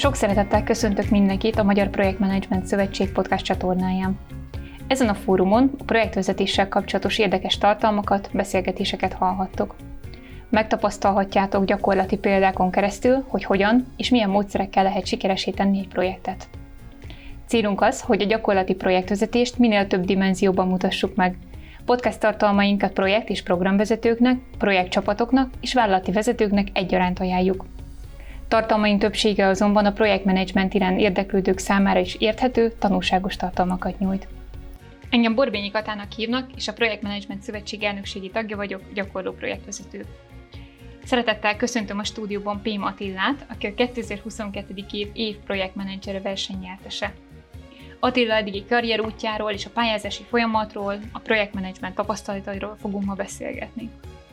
Sok szeretettel köszöntök mindenkit a Magyar Projektmenedzsment Szövetség podcast csatornáján. Ezen a fórumon a projektvezetéssel kapcsolatos érdekes tartalmakat, beszélgetéseket hallhattok. Megtapasztalhatjátok gyakorlati példákon keresztül, hogy hogyan és milyen módszerekkel lehet sikeresé tenni egy projektet. Célunk az, hogy a gyakorlati projektvezetést minél több dimenzióban mutassuk meg. Podcast tartalmainkat projekt- és programvezetőknek, projektcsapatoknak és vállalati vezetőknek egyaránt ajánljuk. Tartalmaink többsége azonban a projektmenedzsment iránt érdeklődők számára is érthető, tanulságos tartalmakat nyújt. Engem Borbényi Katának hívnak, és a Projektmenedzsment Szövetség elnökségi tagja vagyok, gyakorló projektvezető. Szeretettel köszöntöm a stúdióban Pém Attillát, aki a 2022. év projektmenedzsere versenynyertese. Attila eddigi karrierútjáról és a pályázási folyamatról, a projektmenedzsment tapasztalatairól fogunk ma beszélgetni.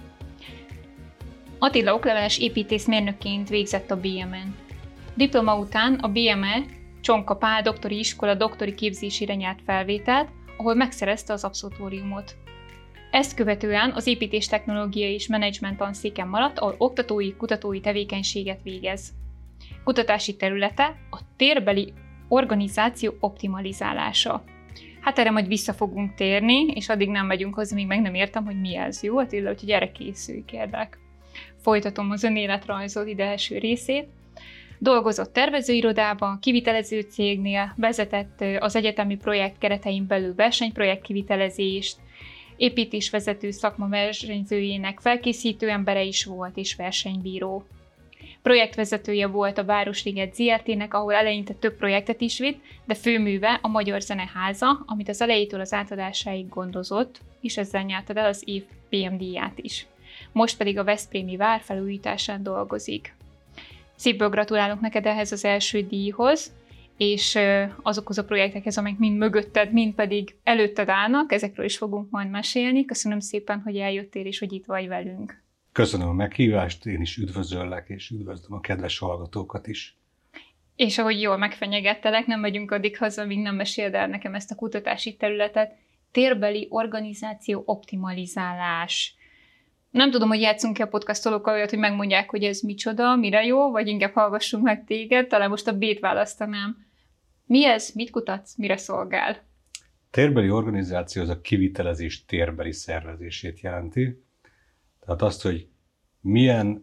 Attila okleveles építészmérnökként végzett a BM-en. Diploma után a BME Csonka Pál doktori iskola doktori képzésére nyert felvételt, ahol megszerezte az abszolutóriumot. Ezt követően az építéstechnológiai és menedzsment tanszéken maradt, ahol oktatói, kutatói tevékenységet végez. Kutatási területe a térbeli organizáció optimalizálása. Hát erre majd vissza fogunk térni, és addig nem megyünk hozzá, míg meg nem értem, hogy mi ez, jó Attila, úgyhogy erre készülj, kérlek. Folytatom az önéletrajzod ide első részét. Dolgozott tervezőirodában, kivitelező cégnél, vezetett az egyetemi projekt keretein belül versenyprojekt kivitelezést, építésvezető szakma versenyzőjének felkészítő embere is volt és versenybíró. Projektvezetője volt a Városliget Zrt-nek, ahol eleinte több projektet is vitt, de főműve a Magyar Zeneháza, amit az elejétől az átadásáig gondozott, és ezzel nyerte el az év PM-díját is. Most pedig a veszprémi vár felújításán dolgozik. Szívből gratulálok neked ehhez az első díjhoz, és azokhoz a projektekhez, amelyek mind mögötted, mind pedig előtted állnak, ezekről is fogunk majd mesélni. Köszönöm szépen, hogy eljöttél, és hogy itt vagy velünk. Köszönöm a meghívást, én is üdvözöllek, és üdvözlöm a kedves hallgatókat is. És ahogy jól megfenyegettelek, nem megyünk addig haza, míg nem meséld el nekem ezt a kutatási területet. Térbeli organizáció optimalizálás. Nem tudom, hogy játszunk-e a podcastolókkal olyat, hogy megmondják, hogy ez micsoda, mire jó, vagy inkább hallgassunk meg téged, talán most a B-t választanám. Mi ez? Mit kutatsz? Mire szolgál? Térbeli organizáció az a kivitelezés térbeli szervezését jelenti. Tehát azt, hogy milyen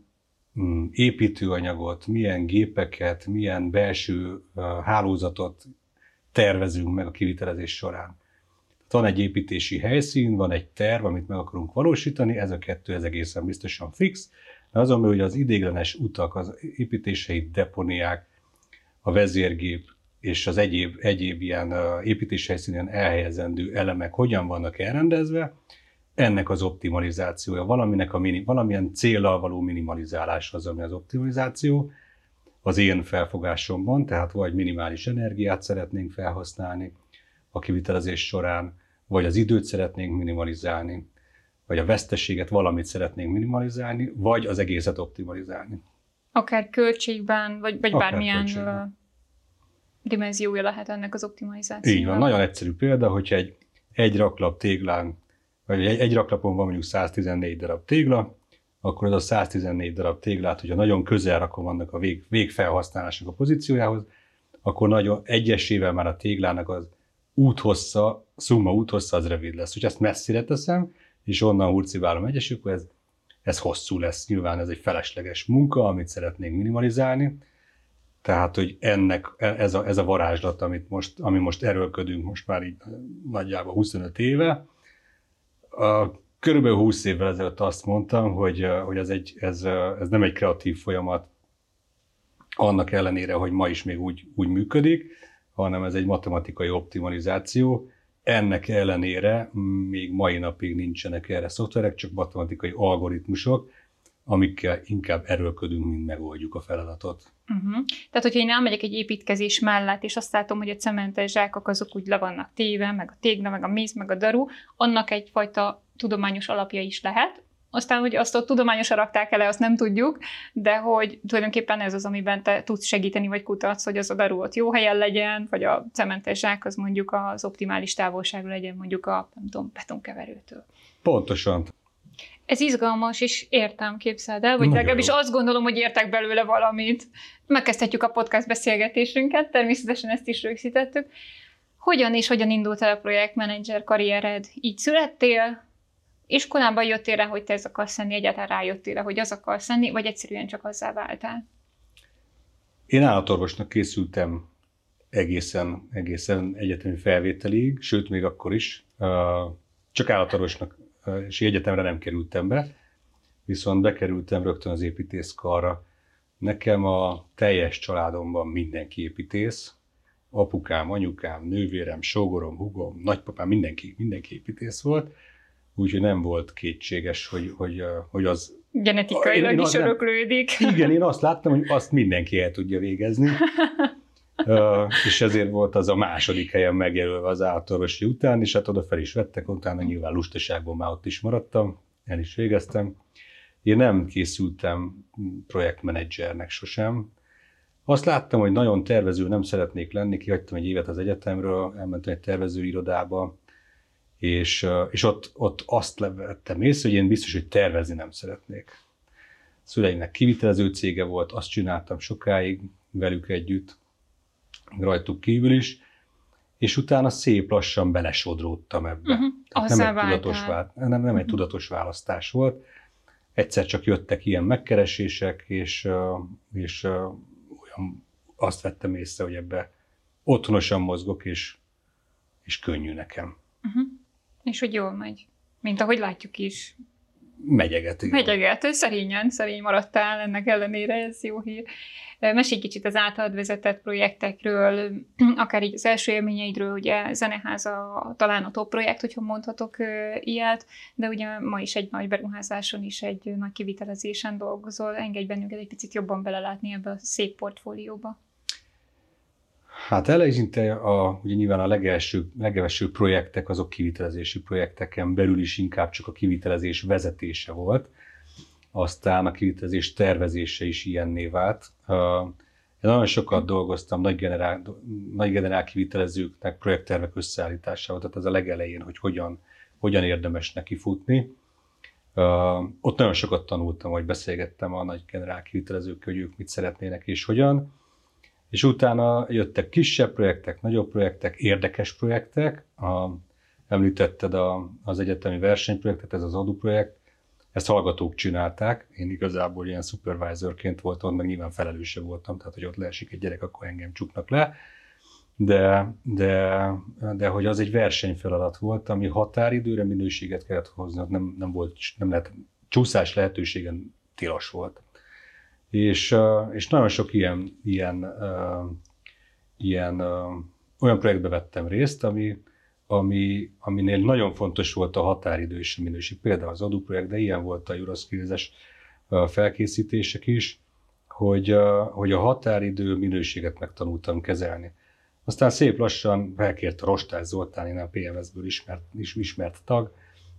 építőanyagot, milyen gépeket, milyen belső hálózatot tervezünk meg a kivitelezés során. Van egy építési helyszín, van egy terv, amit meg akarunk valósítani, ez a kettő ez egészen biztosan fix, de azonban, hogy az ideiglenes utak, az építései depóniák, a vezérgép és az egyéb ilyen építési helyszínen elhelyezendő elemek hogyan vannak elrendezve, ennek az optimalizációja, valamilyen céllal való minimalizálás az, ami az optimalizáció. Az én felfogásomban, tehát vagy minimális energiát szeretnénk felhasználni a kivitelezés során, vagy az időt szeretnénk minimalizálni, vagy a veszteséget valamit szeretnénk minimalizálni, vagy az egészet optimalizálni. Akár költségben, vagy bármilyen dimenziója lehet ennek az optimalizációnak. Így van, nagyon egyszerű példa, hogyha egy raklap téglán, vagy egy raklapon van mondjuk 114 darab tégla, akkor az a 114 darab téglát, hogyha nagyon közel rakom annak a végfelhasználásnak a pozíciójához, akkor nagyon egyesével már a téglának az szumma úthossza az rövid lesz. Hogyha ezt messzire teszem, és onnan hurcibálom egyesül, akkor ez hosszú lesz. Nyilván ez egy felesleges munka, amit szeretnénk minimalizálni. Tehát, hogy ez a varázslat, ami most erőlködünk most már így nagyjából 25 éve. Körülbelül 20 évvel ezelőtt azt mondtam, hogy ez nem egy kreatív folyamat, annak ellenére, hogy ma is még úgy működik, hanem ez egy matematikai optimalizáció. Ennek ellenére még mai napig nincsenek erre szoftverek, csak matematikai algoritmusok, amikkel inkább erőlködünk, mint megoldjuk a feladatot. Tehát, hogyha én elmegyek egy építkezés mellett, és azt látom, hogy a cementes zsákok azok úgy le vannak téve, meg a tégla, meg a méz, meg a daru, annak egyfajta tudományos alapja is lehet. Aztán, hogy azt ott tudományosan rakták el, azt nem tudjuk, de hogy tulajdonképpen ez az, amiben te tudsz segíteni, vagy kutatsz, hogy az a daru ott jó helyen legyen, vagy a cementes zsák az mondjuk az optimális távolságú legyen mondjuk a betonkeverőtől. Pontosan. Ez izgalmas, és értem, képzeld el, vagy legalábbis azt gondolom, hogy értek belőle valamit. Megkezdhetjük a podcast beszélgetésünket, természetesen ezt is rögzítettük. Hogyan indult el a projektmenedzser karriered? Így születtél? Iskolában jöttél rá, hogy te ez akarsz lenni, egyáltalán rájöttél rá, hogy az akarsz lenni, vagy egyszerűen csak azzá váltál? Én állatorvosnak készültem egészen egyetemi felvételig, sőt még akkor is. Csak állatorvosnak és egyetemre nem kerültem be, viszont bekerültem rögtön az építészkarra. Nekem a teljes családomban mindenki építész. Apukám, anyukám, nővérem, sógorom, húgom, nagypapám, mindenki építész volt. Úgyhogy nem volt kétséges, hogy az... Genetikailag is öröklődik. Igen, én azt láttam, hogy azt mindenki el tudja végezni. És ezért volt az a második helyen megjelölve az állatorvosi után, és hát oda fel is vettek, utána nyilván lustaságból már ott is maradtam, el is végeztem. Én nem készültem projektmenedzsernek sosem. Azt láttam, hogy nagyon tervező nem szeretnék lenni, kihagytam egy évet az egyetemről, elmentem egy tervezőirodába, és ott azt vettem észre, hogy én biztos, hogy tervezni nem szeretnék. Szüleimnek kivitelező cége volt, azt csináltam sokáig velük együtt, rajtuk kívül is, és utána szép lassan belesodródtam ebbe. Nem egy tudatos választás volt. Egyszer csak jöttek ilyen megkeresések, és olyan azt vettem észre, hogy ebbe otthonosan mozgok, és könnyű nekem. És hogy jól megy. Mint ahogy látjuk is. Megyeget, igen. Megyeget, szerény maradtál ennek ellenére, ez jó hír. Mesélj kicsit az általad vezetett projektekről, akár így az első élményeidről, ugye Zeneháza talán a top projekt, hogyha mondhatok ilyet, de ugye ma is egy nagy beruházáson is, egy nagy kivitelezésen dolgozol. Engedj bennünket egy picit jobban belelátni ebbe a szép portfólióba. Hát eleinte ugye nyilván a legelső projektek, azok kivitelezési projekteken belül is inkább csak a kivitelezés vezetése volt. Aztán a kivitelezés tervezése is ilyenné vált. Én nagyon sokat dolgoztam nagy generál kivitelezőknek projekttervek összeállításával, tehát az a legelején, hogy hogyan érdemes neki futni. Ott nagyon sokat tanultam, hogy beszélgettem a nagy generál kivitelezőkkel, hogy ők mit szeretnének és hogyan. És utána jöttek kisebb projektek, nagyobb projektek, érdekes projektek. Említetted az egyetemi versenyprojektet, ez az ADU projekt. Ezt hallgatók csinálták. Én igazából ilyen supervisorként voltam, meg nyilván felelőse voltam, tehát hogy ott leesik egy gyerek, akkor engem csuknak le. De hogy az egy versenyfeladat volt, ami határidőre minőséget kellett hozni, nem lehet, csúszás lehetőségen tilos volt. És nagyon sok olyan projektbe vettem részt, aminél nagyon fontos volt a határidő és a minőség. Például az ADU projekt, de ilyen volt a Euroskills-es felkészítések is, hogy a határidő minőséget megtanultam kezelni. Aztán szép lassan felkért a Rostás Zoltán, én a PMS-ből ismert tag.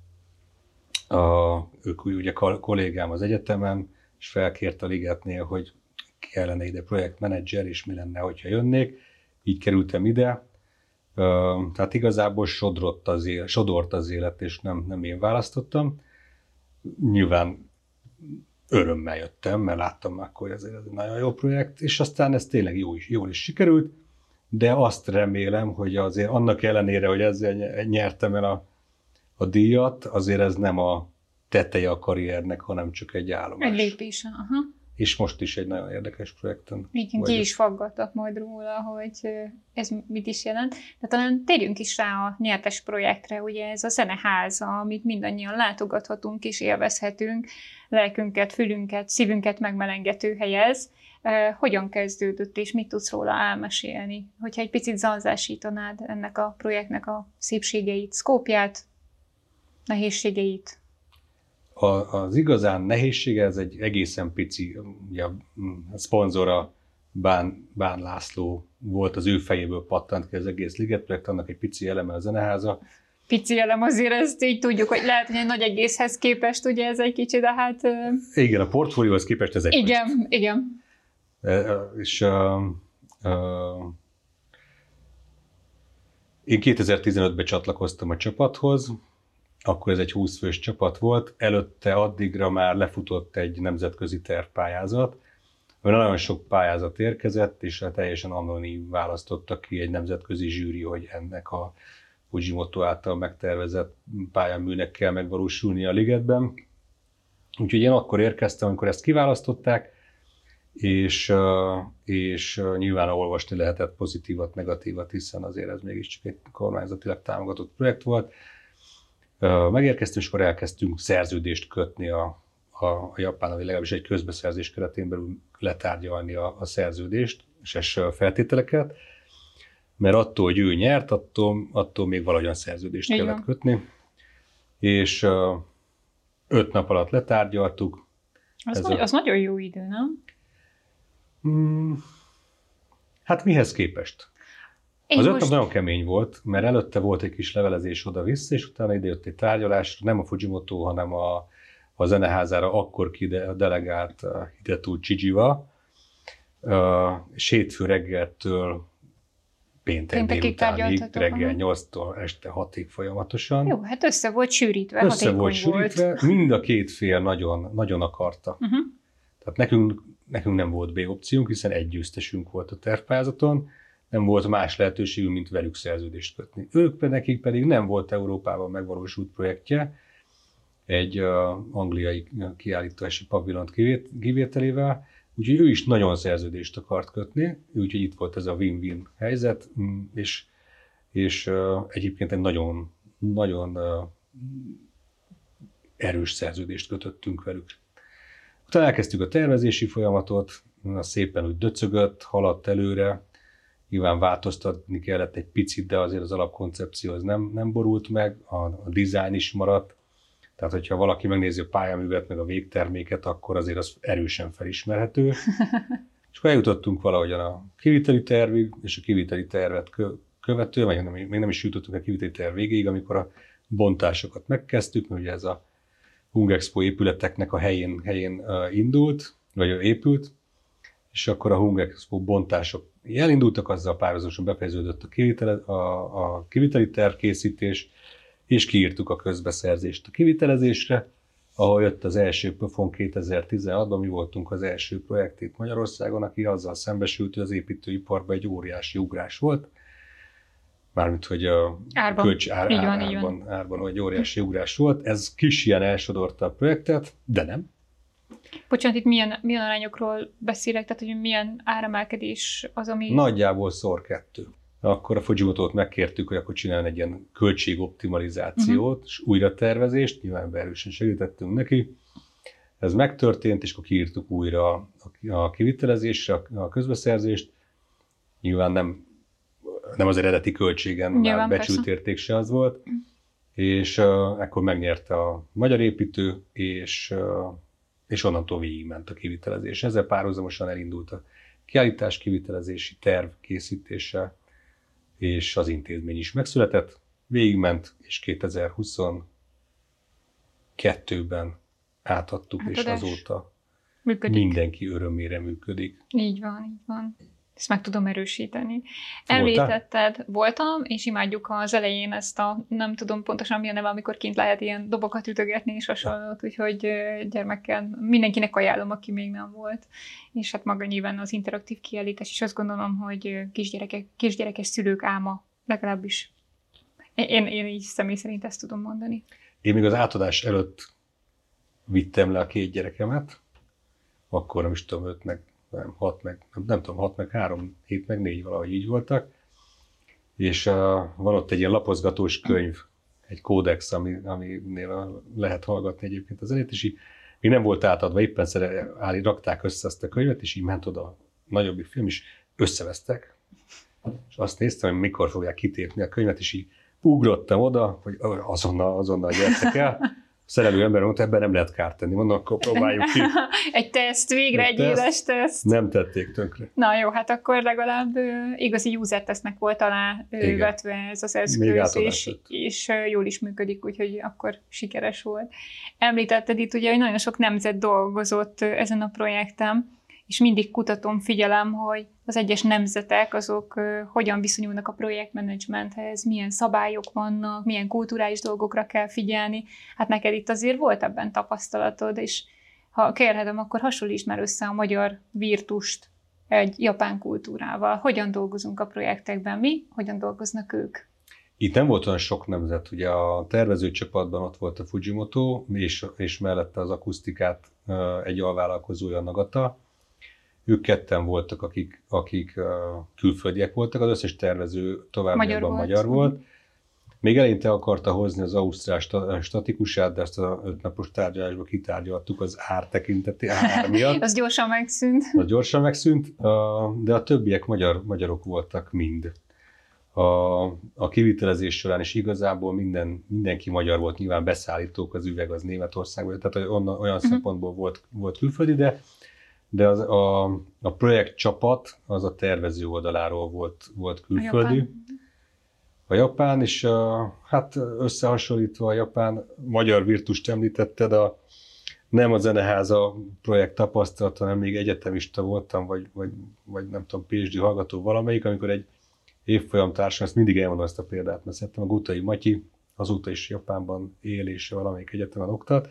Ők ugye kollégám az egyetemen, és felkért a Ligetnél, hogy kellene ide projektmenedzser, és mi lenne, hogyha jönnék. Így kerültem ide. Tehát igazából sodort az élet, és nem én választottam. Nyilván örömmel jöttem, mert láttam akkor, hogy ez egy nagyon jó projekt, és aztán ez tényleg jól is sikerült, de azt remélem, hogy azért annak ellenére, hogy ezzel nyertem el a díjat, azért ez nem a teteje a karriernek, hanem csak egy állomás. Egy lépés, aha. És most is egy nagyon érdekes projekten. Igen, ki is faggattak majd róla, hogy ez mit is jelent. De talán térjünk is rá a nyertes projektre, ugye ez a Zeneháza, amit mindannyian látogathatunk és élvezhetünk, lelkünket, fülünket, szívünket megmelengető helyez. Hogyan kezdődött, és mit tudsz róla elmesélni? Hogyha egy picit zanzásítanád ennek a projektnek a szépségeit, szkópját, nehézségeit. Az igazán nehézsége, ez egy egészen pici, ugye a szponzora Bán László volt, az ő fejéből pattant ki az egész Liget projekt, annak egy pici eleme a Zeneháza. Pici elem, azért ezt így tudjuk, hogy lehet, hogy egy nagy egészhez képest, ugye ez egy kicsi, de hát... Igen, a portfólióhoz képest ez egy Igen. És én 2015-ben csatlakoztam a csapathoz, akkor ez egy 20 fős csapat volt, előtte addigra már lefutott egy nemzetközi tervpályázat, ahol nagyon sok pályázat érkezett, és teljesen anonim választottak ki egy nemzetközi zsűri, hogy ennek a Fujimoto által megtervezett pályaműnek kell megvalósulni a ligetben. Úgyhogy én akkor érkeztem, amikor ezt kiválasztották, és nyilván olvasni lehetett pozitívat, negatívat, hiszen azért ez mégiscsak egy kormányzatilag támogatott projekt volt. Megérkeztünk, és akkor elkezdtünk szerződést kötni a japán, vagy legalábbis egy közbeszerzés keretén belül letárgyalni a szerződést, és feltételeket, mert attól, hogy ő nyert, attól még valahogyan szerződést kellett kötni. És 5 nap alatt letárgyaltuk. Az nagyon jó idő, nem? Hát mihez képest? Az 5 nap nagyon kemény volt, mert előtte volt egy kis levelezés oda-vissza, és utána idejött egy tárgyalás, nem a Fujimoto, hanem a zeneházára akkor delegált Hideto Chijiwa, hétfő reggeltől péntek délutánig, reggel 8-tól este 6-ig folyamatosan. Jó, hát össze volt sűrítve, volt. Mind a két fél nagyon, nagyon akarta. Tehát nekünk nem volt B opciónk, hiszen egy győztesünk volt a tervpályázaton, nem volt más lehetőségünk, mint velük szerződést kötni. Nekik pedig nem volt Európában megvalósult projektje, egy angliai kiállítási pavilont kivételével, úgyhogy ő is nagyon szerződést akart kötni, úgyhogy itt volt ez a win-win helyzet, és egyébként egy nagyon, nagyon erős szerződést kötöttünk velük. Utána elkezdtük a tervezési folyamatot, szépen úgy döcögött, haladt előre, nyilván változtatni kellett egy picit, de azért az alapkoncepció az nem borult meg, a dizájn is maradt. Tehát, hogyha valaki megnézi a pályaművet, meg a végterméket, akkor azért az erősen felismerhető. És akkor eljutottunk valahogyan a kiviteli tervig, és a kiviteli tervet követően, még nem is jutottunk a kiviteli terv végéig, amikor a bontásokat megkezdtük, mert ugye ez a Hungexpo épületeknek a helyén indult, vagy épült, és akkor a Hungexpo bontások elindultak, azzal párhuzamosan befejeződött a kiviteli tervkészítés, és kiírtuk a közbeszerzést a kivitelezésre, ahol jött az első plafon 2016-ban, mi voltunk az első projekt itt Magyarországon, aki azzal szembesült, hogy az építőiparban egy óriási ugrás volt, mármint, hogy a árban egy óriási ugrás volt. Ez kis ilyen elsodorta a projektet, de nem. Bocsánat, itt milyen arányokról beszélek, tehát hogy milyen áremelkedés az, ami... Nagyjából szor 2. Akkor a Fujimotót megkértük, hogy akkor csináljon egy ilyen költségoptimalizációt, és újratervezést, nyilván erősen segítettünk neki. Ez megtörtént, és akkor kiírtuk újra a kivitelezésre, a közbeszerzést. Nyilván nem az eredeti költségen, már becsült érték se az volt. És ekkor megnyerte a magyar építő, és onnantól végigment a kivitelezés. Ezzel párhuzamosan elindult a kiállítás kivitelezési terv készítése, és az intézmény is megszületett, végigment, és 2022-ben átadtuk, és azóta mindenki örömére működik. Így van. Ezt meg tudom erősíteni. Említetted, voltam, és imádjuk az elején ezt a, nem tudom pontosan mi a neve, amikor kint lehet ilyen dobokat ütögetni és hasonlót, úgyhogy gyermekkel mindenkinek ajánlom, aki még nem volt. És hát maga nyilván az interaktív kiállítás, és azt gondolom, hogy kisgyerekes szülők álma, legalábbis. Én így személy szerint ezt tudom mondani. Én még az átadás előtt vittem le a 2 gyerekemet, akkor nem is tudom, 5 meg 6 meg 3, 7 meg 4, valahogy így voltak. És van ott egy ilyen lapozgatós könyv, egy kódex, aminél lehet hallgatni egyébként a zenét, és így még nem volt átadva, éppen rakták össze ezt a könyvet, és így ment oda a nagyobbik film, és összevesztek. És azt néztem, hogy mikor fogják kitépni a könyvet, és így ugrottam oda, hogy azonnal gyertek el. A szerelő ember mondta, ebben nem lehet kárt tenni. Mondom, akkor próbáljuk ki. Egy teszt, végre egy éles teszt. Nem tették tönkre. Na jó, hát akkor legalább igazi user tesztnek volt alá vetve ez az eszköz, és jól is működik, úgyhogy akkor sikeres volt. Említetted itt ugye, hogy nagyon sok nemzet dolgozott ezen a projekten, és mindig kutatom, figyelem, hogy az egyes nemzetek azok hogyan viszonyulnak a projektmenedzsmenthez, milyen szabályok vannak, milyen kulturális dolgokra kell figyelni. Hát neked itt azért volt ebben tapasztalatod, és ha kérhetem, akkor hasonlítsd már össze a magyar virtust egy japán kultúrával. Hogyan dolgozunk a projektekben mi, hogyan dolgoznak ők? Itt nem volt olyan sok nemzet, ugye a tervezőcsapatban ott volt a Fujimoto, és mellette az akusztikát egy alvállalkozója, Nagata. Ők ketten voltak, akik külföldiek voltak, az összes tervező továbbiakban magyar volt. Még eleinte akarta hozni az ausztrál statikusát, de ezt a 5 napos tárgyalásba kitárgyaltuk az ár tekinteti, ár miatt. Az gyorsan megszűnt. De a többiek magyarok voltak mind. A kivitelezés során is igazából mindenki magyar volt, nyilván beszállítók, az üveg az Németországban, tehát olyan szempontból volt külföldi, de a projektcsapat az a tervező oldaláról volt külföldi. A japán, és hát összehasonlítva a japán magyar virtust említetted, nem a Zeneháza projekt tapasztalat, hanem még egyetemista voltam, vagy nem tudom, PhD hallgató valamelyik, amikor egy évfolyam társam, ezt mindig elmondom ezt a példát, mert szerettem, a Gutai Matyi, azóta is Japánban él, és valamelyik egyetemen oktat.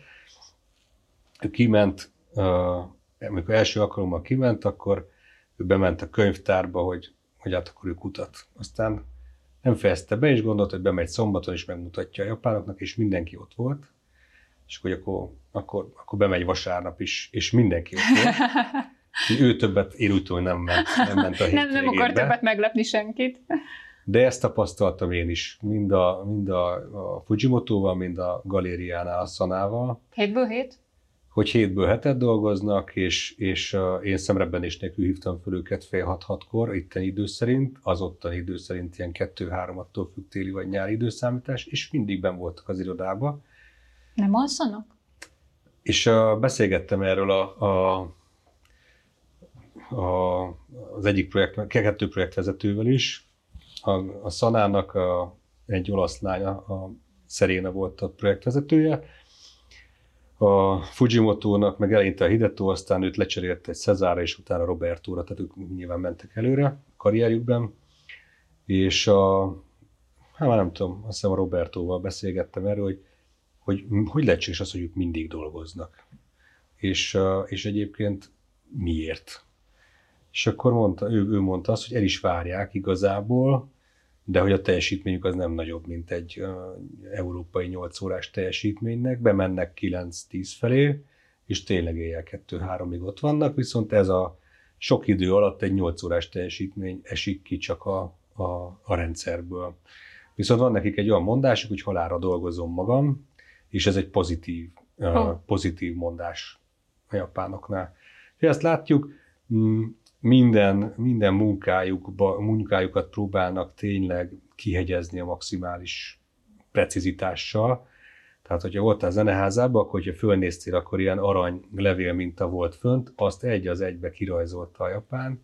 Ő kiment, amikor első alkalommal kiment, akkor ő bement a könyvtárba, hogy hát akkor ő kutat. Aztán nem fejezte be, és gondolta, hogy bemegy szombaton, és megmutatja a japánoknak, és mindenki ott volt. És akkor bemegy vasárnap is, és mindenki ott volt. Ő többet, én úgy tudom, nem ment a hétvégébe. Nem akar többet meglepni senkit. De ezt tapasztaltam én is, mind a Fujimotoval, mind a galériánál, a Sanával. 7-ből 7? Hogy 7-ből 7-et dolgoznak, és én szemrebbenés nélkül hívtam fel őket fél 6-6-kor, itteni idő szerint, az ottani idő szerint ilyen 2-3, attól függ téli vagy nyári időszámítás, és mindig benn voltak az irodában. Nem alszanak? És beszélgettem erről az egyik kettő projektvezetővel is. A Sanának egy olasz lánya, a Serena volt a projektvezetője, a Fujimotónak meg eleinte a Hideto, aztán őt lecserélte egy Cezára, és utána Robertóra, tehát ők nyilván mentek előre karrierjükben, és hát már nem tudom, azt hiszem a Robertóval beszélgettem erről, hogy lehetséges az, hogy ők mindig dolgoznak. És egyébként miért? És akkor ő mondta azt, hogy el is várják igazából, de hogy a teljesítményük az nem nagyobb, mint egy európai 8 órás teljesítménynek, bemennek 9-10 felé, és tényleg éjjel 2-3-ig ott vannak, viszont ez a sok idő alatt egy 8 órás teljesítmény esik ki csak a rendszerből. Viszont van nekik egy olyan mondásuk, hogy halálra dolgozom magam, és ez egy pozitív mondás a japánoknál. És ezt látjuk, minden munkájukat próbálnak tényleg kihegyezni a maximális precizitással. Tehát, hogyha voltál zeneházában, akkor, hogyha fölnéztél, akkor ilyen arany levél minta volt fönt, azt egy az egybe kirajzolta a japán,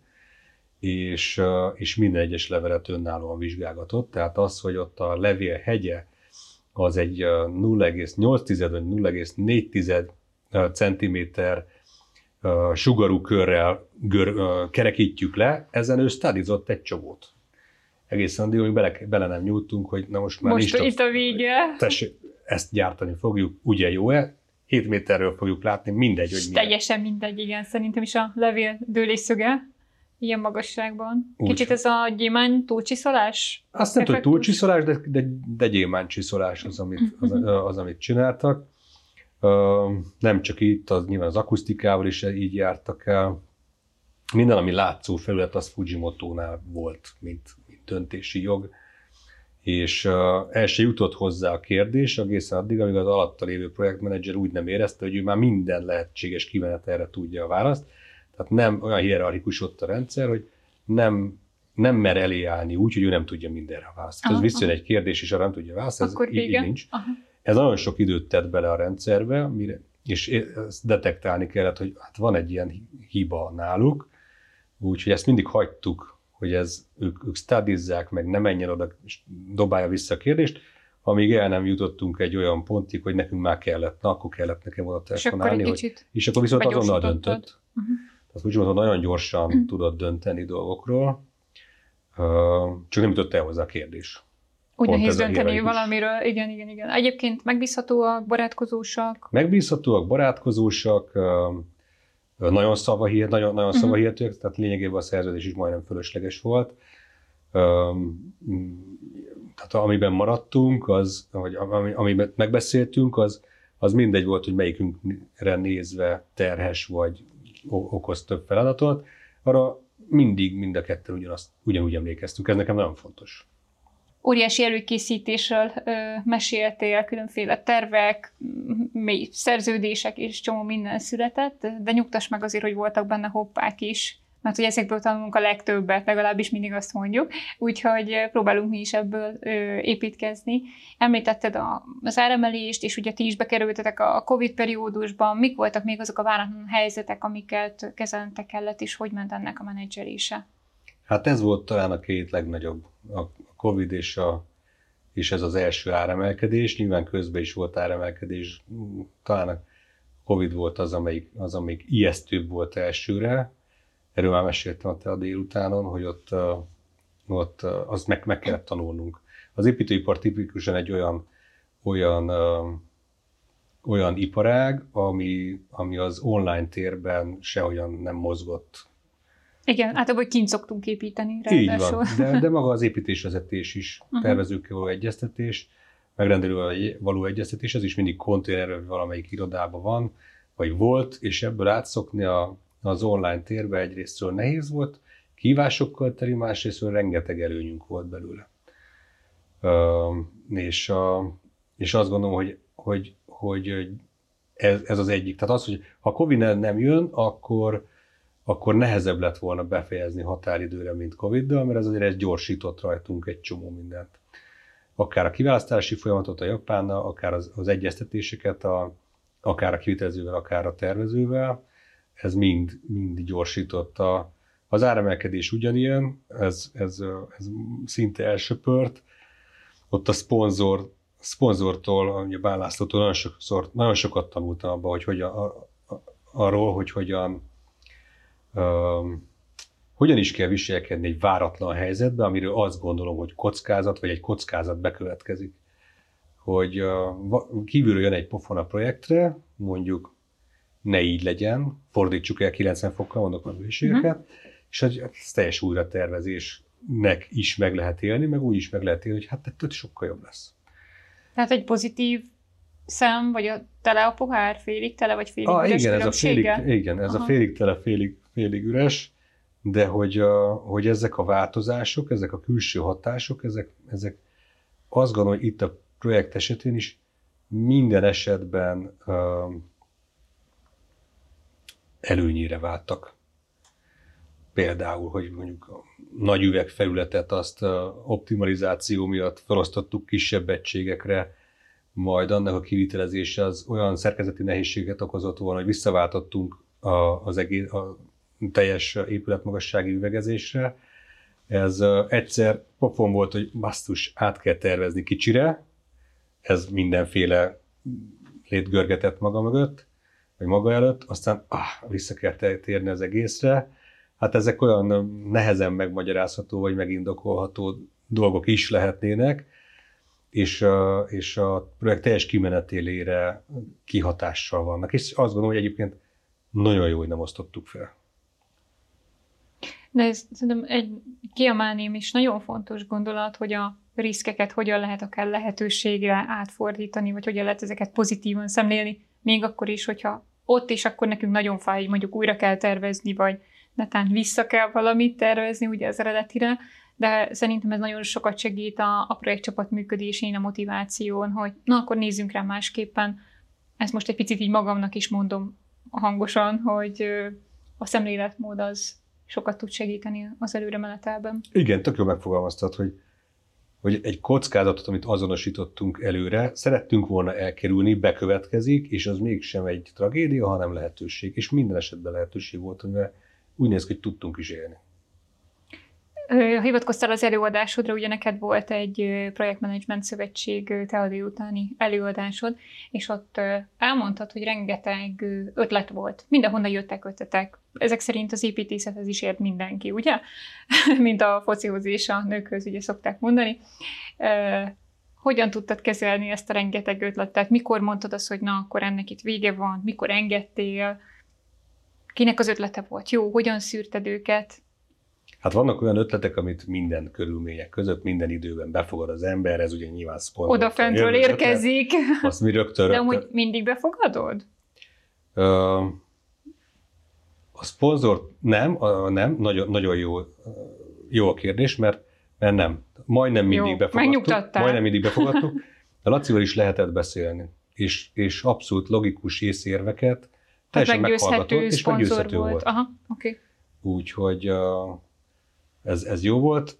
és minden egyes levelet önállóan vizsgálgatott. Tehát az, hogy ott a levél hegye az egy 0,8 vagy 0,4 centiméter sugarú körrel kerekítjük le, ezen ő studizott egy csomót. Egészen addig, hogy bele nem nyúltunk, hogy na most már nincs itt a vége. Tessék, ezt gyártani fogjuk, ugye jó-e? 7 méterről fogjuk látni, mindegy, hogy milyen. Teljesen mindegy, igen. Szerintem is a levél dőlésszöge ilyen magasságban. Kicsit ez a gyémánt túlcsiszolás? Azt nem tudom, hogy túlcsiszolás, de gyémánt csiszolás az, amit csináltak. Nem csak itt, nyilván az akusztikával is így jártak el. Minden, ami látszó felület, az Fujimotónál volt, mint döntési jog. És el se jutott hozzá a kérdés egészen addig, amíg az alatta lévő projektmenedzser úgy nem érezte, hogy ő már minden lehetséges kimenetelre tudja a választ. Tehát nem olyan hierarchikus ott a rendszer, hogy nem mer elé állni úgy, hogy ő nem tudja mindenre a választ. Ez visszajön egy kérdés, és arra nem tudja a választ, ez így nincs. Aha. Ez nagyon sok időt tett bele a rendszerbe, és ezt detektálni kellett, hogy hát van egy ilyen hiba náluk, úgyhogy ezt mindig hagytuk, hogy ők studizzák, meg ne menjen oda, és dobálja vissza a kérdést, amíg el nem jutottunk egy olyan pontig, hogy nekünk már kellett, akkor kellett nekem oda telefonálni, és akkor viszont azonnal döntött. azt úgy mondom, nagyon gyorsan tudott dönteni dolgokról, csak nem jutott el hozzá a kérdés. Úgy nehéz dönteni valamiről. Igen. Egyébként megbízhatóak, barátkozósak? Megbízhatóak, barátkozósak, nagyon szavahihetőek, tehát lényegében a szerződés is majdnem fölösleges volt. Tehát amiben maradtunk, vagy amiben megbeszéltünk, az mindegy volt, hogy melyikünkre nézve terhes vagy okoz több feladatot. Arra mindig mind a ketten ugyanúgy emlékeztünk. Ez nekem nagyon fontos. Óriási előkészítésről meséltél, különféle tervek, mély szerződések és csomó minden született, de nyugtass meg azért, hogy voltak benne hoppák is, mert hogy ezekből tanulunk a legtöbbet, legalábbis mindig azt mondjuk, úgyhogy próbálunk mi is ebből építkezni. Említetted az áremelést, és ugye ti is bekerültetek a Covid periódusban. Mik voltak még azok a váratlan helyzetek, amiket kezelnetek kellett, és hogy ment ennek a menedzselése? Hát ez volt talán a két legnagyobb, a Covid és ez az első áremelkedés. Nyilván közben is volt áremelkedés, talán a Covid volt az, amelyik ijesztőbb volt elsőre. Erről már meséltem a délutánon, hogy ott azt meg kellett tanulnunk. Az építőipar tipikusan egy olyan iparág, ami az online térben sehogyan nem mozgott. Igen, általában kint szoktunk építeni. Így van, de maga az építésvezetés is, tervezőkkel való egyeztetés, megrendelővel való egyeztetés, ez is mindig konténerben valamelyik irodában van, vagy volt, és ebből átszokni az online térbe egyrésztről nehéz volt, kihívásokkal teli, másrésztről rengeteg előnyünk volt belőle. És azt gondolom, hogy ez az egyik. Tehát az, hogy ha Covid nem jön, akkor nehezebb lett volna befejezni határidőre, mint Covid-dal, mert ez azért gyorsított rajtunk egy csomó mindent. Akár a kiválasztási folyamatot a Japánnal, akár az egyeztetéseket, akár a kivitelezővel, akár a tervezővel, ez mind gyorsította. Az áremelkedés ugyanilyen, ez szinte elsöpört. Ott a szponzortól, a Bán Lászlótól nagyon sokat tanultam abban, hogy hogyan is kell viselkedni egy váratlan helyzetben, amiről azt gondolom, hogy kockázat, vagy egy kockázat bekövetkezik. Hogy kívülről jön egy pofon a projektre, mondjuk ne így legyen, fordítsuk el 90 fokkal, mondok meg hülyeségeket, és ez teljes újratervezésnek is meg lehet élni, meg úgy is meg lehet élni, hogy hát ettől sokkal jobb lesz. Tehát egy pozitív szem, vagy tele a pohár, félig tele, vagy félig üres különbséggel? Igen, ez a félig tele, félig üres, de hogy ezek a változások, ezek a külső hatások, ezek azt gondolom, hogy itt a projekt esetén is minden esetben előnyére váltak. Például, hogy mondjuk a nagy üvegfelületet azt optimalizáció miatt felosztottuk kisebb egységekre, majd annak a kivitelezése az olyan szerkezeti nehézséget okozott volna, hogy visszaváltottunk a teljes épületmagassági üvegezésre. Ez egyszer pofon volt, hogy basszus, át kell tervezni kicsire, ez mindenféle létgörgetett maga mögött, vagy maga előtt, aztán vissza kell térni az egészre. Hát ezek olyan nehezen megmagyarázható, vagy megindokolható dolgok is lehetnének, és a projekt teljes kimenetélére kihatással vannak. És azt gondolom, hogy egyébként nagyon jó, hogy nem osztottuk fel. De ez szerintem kiemelném is nagyon fontos gondolat, hogy a riszkeket hogyan lehet akár lehetőségre átfordítani, vagy hogyan lehet ezeket pozitívan szemlélni, még akkor is, hogyha ott is akkor nekünk nagyon fáj, hogy mondjuk újra kell tervezni, vagy netán vissza kell valamit tervezni ugye az eredetire, de szerintem ez nagyon sokat segít a projektcsapat működésén, a motiváción, hogy na akkor nézzünk rá másképpen. Ezt most egy picit így magamnak is mondom hangosan, hogy a szemléletmód az sokat tud segíteni az előremenetelben. Igen, tök jól megfogalmaztad, hogy egy kockázatot, amit azonosítottunk előre, szerettünk volna elkerülni, bekövetkezik, és az mégsem egy tragédia, hanem lehetőség. És minden esetben lehetőség volt, mert úgy néz ki, hogy tudtunk is élni. Hivatkoztál az előadásodra, ugye neked volt egy projektmenedzsment szövetség tele délutáni előadásod, és ott elmondtad, hogy rengeteg ötlet volt. Mindenhonnan jöttek ötletek. Ezek szerint az építészethez is ért mindenki, ugye? Mint a focihoz és a nőkhöz, ugye szokták mondani. Hogyan tudtad kezelni ezt a rengeteg ötletet? Mikor mondtad azt, hogy na, akkor ennek itt vége van? Mikor engedtél? Kinek az ötlete volt jó? Hogyan szűrted őket? Hát vannak olyan ötletek, amit minden körülmények között, minden időben befogad az ember, ez ugye nyilván szponzor. Odafentről érkezik. Azt mi rögtön. De amúgy mindig befogadod? A szponzor nem, nagyon jó a kérdés, mert nem. Majdnem mindig befogadtuk. Majdnem mindig befogadtuk. De Lacival is lehetett beszélni. És abszolút logikus észérveket teljesen meghallgatott, és meggyőzhető volt. Aha, okay. Úgyhogy ez jó volt.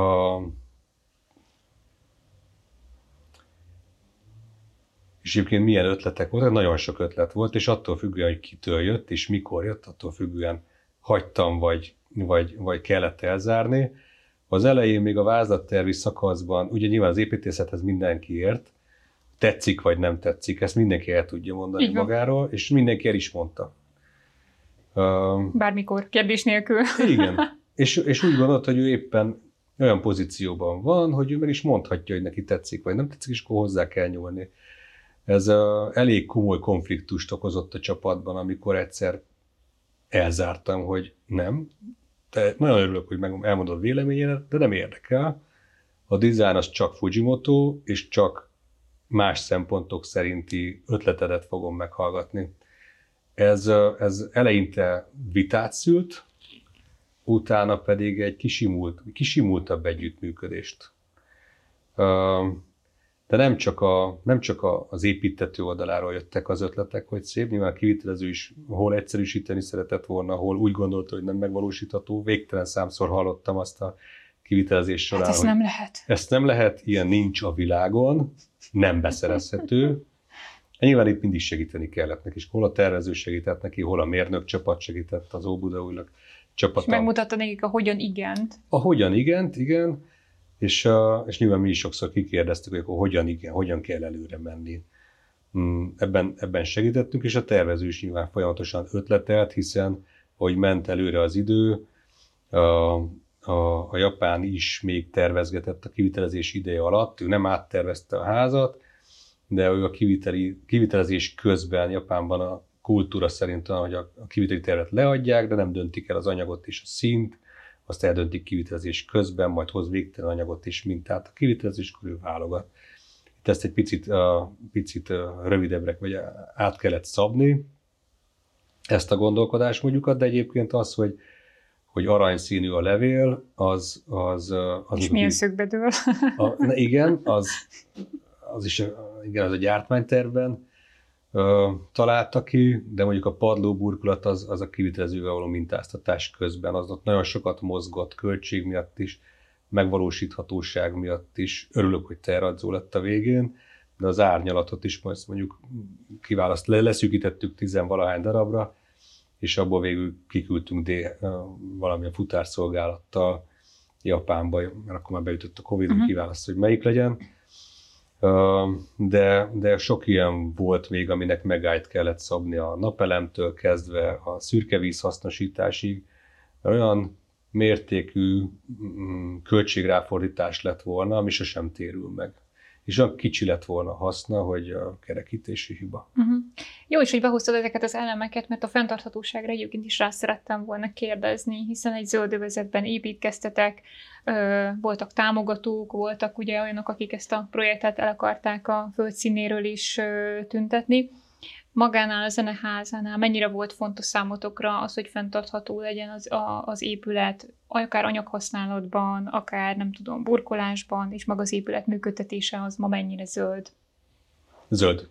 És egyébként milyen ötletek voltak, nagyon sok ötlet volt, és attól függően, hogy kitől jött, és mikor jött, attól függően hagytam, vagy kellett elzárni. Az elején még a vázlattervi szakaszban, ugye nyilván az építészethez mindenki ért, tetszik vagy nem tetszik, ezt mindenki el tudja mondani magáról, és mindenki el is mondta. Bármikor, kérdés nélkül. Igen. És úgy gondolt, hogy ő éppen olyan pozícióban van, hogy ő meg is mondhatja, hogy neki tetszik, vagy nem tetszik, és akkor hozzá kell nyúlni. Ez elég komoly konfliktust okozott a csapatban, amikor egyszer elzártam, hogy nem. Te nagyon örülök, hogy elmondod véleményedet, de nem érdekel. A design az csak Fujimoto, és csak más szempontok szerinti ötletedet fogom meghallgatni. Ez eleinte vitát szült, utána pedig egy kisimultabb együttműködést. De nem csak az építtető oldaláról jöttek az ötletek, hogy szép, nyilván a kivitelező is hol egyszerűsíteni szeretett volna, hol úgy gondolta, hogy nem megvalósítható. Végtelen számszor hallottam azt a kivitelezés során, hát nem lehet. Ezt nem lehet, ilyen nincs a világon, nem beszerezhető. Nyilván itt mindig segíteni kellett neki, és hol a tervező segített neki, hol a mérnök csapat segített, az Óbudaújnak csapata. És megmutatta nekik a hogyan igent. A hogyan igent, igen. És nyilván mi is sokszor kikérdeztük, hogy akkor hogyan kell előre menni. Ebben segítettünk, és a tervező is nyilván folyamatosan ötletelt, hiszen ahogy ment előre az idő, a japán is még tervezgetett a kivitelezés ideje alatt, ő nem áttervezte a házat, de ő a kivitelezés közben Japánban a kultúra szerint van, hogy a kiviteli tervet leadják, de nem döntik el az anyagot és a színt, azt eldöntik kivitelezés közben, majd hoz végtelen anyagot és mintát. A kivitelezéskor ő válogat. Itt ezt egy picit rövidebbre, vagy át kellett szabni, ezt a gondolkodásmódjukat, de egyébként az, hogy aranyszínű a levél, az és milyen szögbe dől. Igen, az a gyártmánytervben találta ki, de mondjuk a padlóburkolat az a kivitelezővel való mintáztatás közben, az ott nagyon sokat mozgott, költség miatt is, megvalósíthatóság miatt is. Örülök, hogy terradzó lett a végén, de az árnyalatot is most mondjuk leszűkítettük 10-valahány darabra, és abból végül kiküldtünk valamilyen futárszolgálattal Japánba, mert akkor már beütött a Covid, hogy kiválaszt, hogy melyik legyen. De sok ilyen volt még, aminek megállt kellett szabni a napelemtől kezdve a szürkevíz hasznosításig. Olyan mértékű költségráfordítás lett volna, ami sosem térül meg. És olyan kicsi lett volna a haszna, hogy a kerekítési hiba. Jó is, hogy behoztad ezeket az elemeket, mert a fenntarthatóságra egyébként is rá szerettem volna kérdezni, hiszen egy zöld övezetben építkeztetek, voltak támogatók, voltak ugye olyanok, akik ezt a projektet el akarták a földszínéről is tüntetni. Magánál, a zeneházánál mennyire volt fontos számotokra az, hogy fenntartható legyen az épület, akár anyaghasználatban, akár nem tudom, burkolásban, és maga az épület működtetése az ma mennyire zöld? Zöld.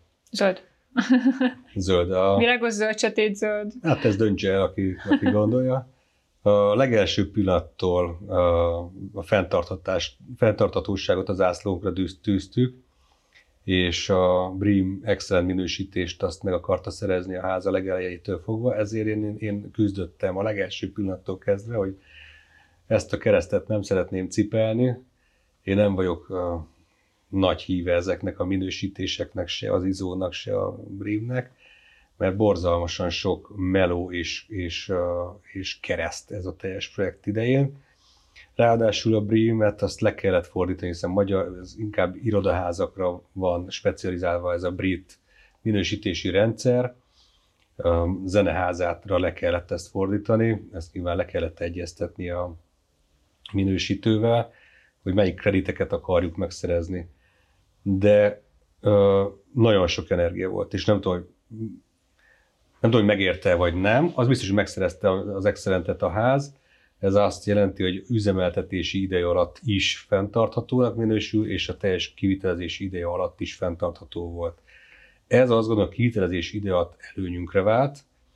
Zöld. Világos zöld, sötét zöld. Hát ez döntse el, aki gondolja. A legelső pillanattól a fenntarthatóságot az zászlónkra tűztük, és a BREEAM Excellent minősítést azt meg akarta szerezni a háza legelejétől fogva, ezért én küzdöttem a legelső pillanattól kezdve, hogy Ezt a keresztet nem szeretném cipelni. Én nem vagyok nagy híve ezeknek a minősítéseknek, se az ISO-nak, se a BREEAM-nek, mert borzalmasan sok meló és kereszt ez a teljes projekt idején. Ráadásul a BREEAM-et azt le kellett fordítani, hiszen ez inkább irodaházakra van specializálva ez a brit minősítési rendszer, zeneházátra le kellett ezt fordítani, ezt nyilván le kellett egyeztetni a minősítővel, hogy melyik krediteket akarjuk megszerezni. De nagyon sok energia volt, és nem tudom, hogy megérte vagy nem. Az biztos, hogy megszerezte az Excellentet a ház. Ez azt jelenti, hogy üzemeltetési ideje alatt is fenntarthatónak minősül, és a teljes kivitelezési ideje alatt is fenntartható volt. Ez azt gondolom, a kivitelezési ide alatt előnyünkre vált,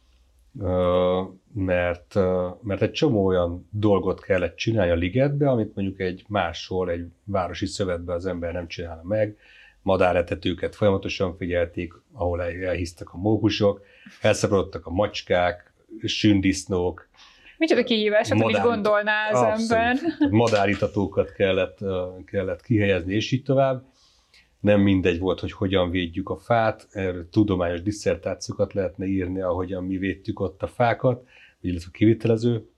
mert egy csomó olyan dolgot kellett csinálni a ligetbe, amit mondjuk egy máshol, egy városi szövetben az ember nem csinálna meg. Madáretetőket folyamatosan figyelték, ahol elhisztek a mókusok, elszaporodtak a macskák, sündisznók. Micsoda kihívás, hát is gondolná az ember. Madáritatókat kellett kihelyezni, és így tovább. Nem mindegy volt, hogy hogyan védjük a fát, erről tudományos disszertációkat lehetne írni, ahogyan mi védtük ott a fákat, illetve a kivitelező.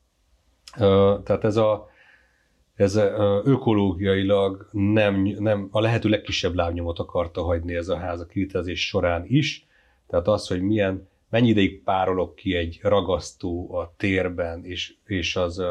Tehát ez ökológiailag nem a lehető legkisebb lábnyomot akarta hagyni ez a ház a kivitelezés során is. Tehát az, hogy mennyi ideig párolog ki egy ragasztó a térben, és az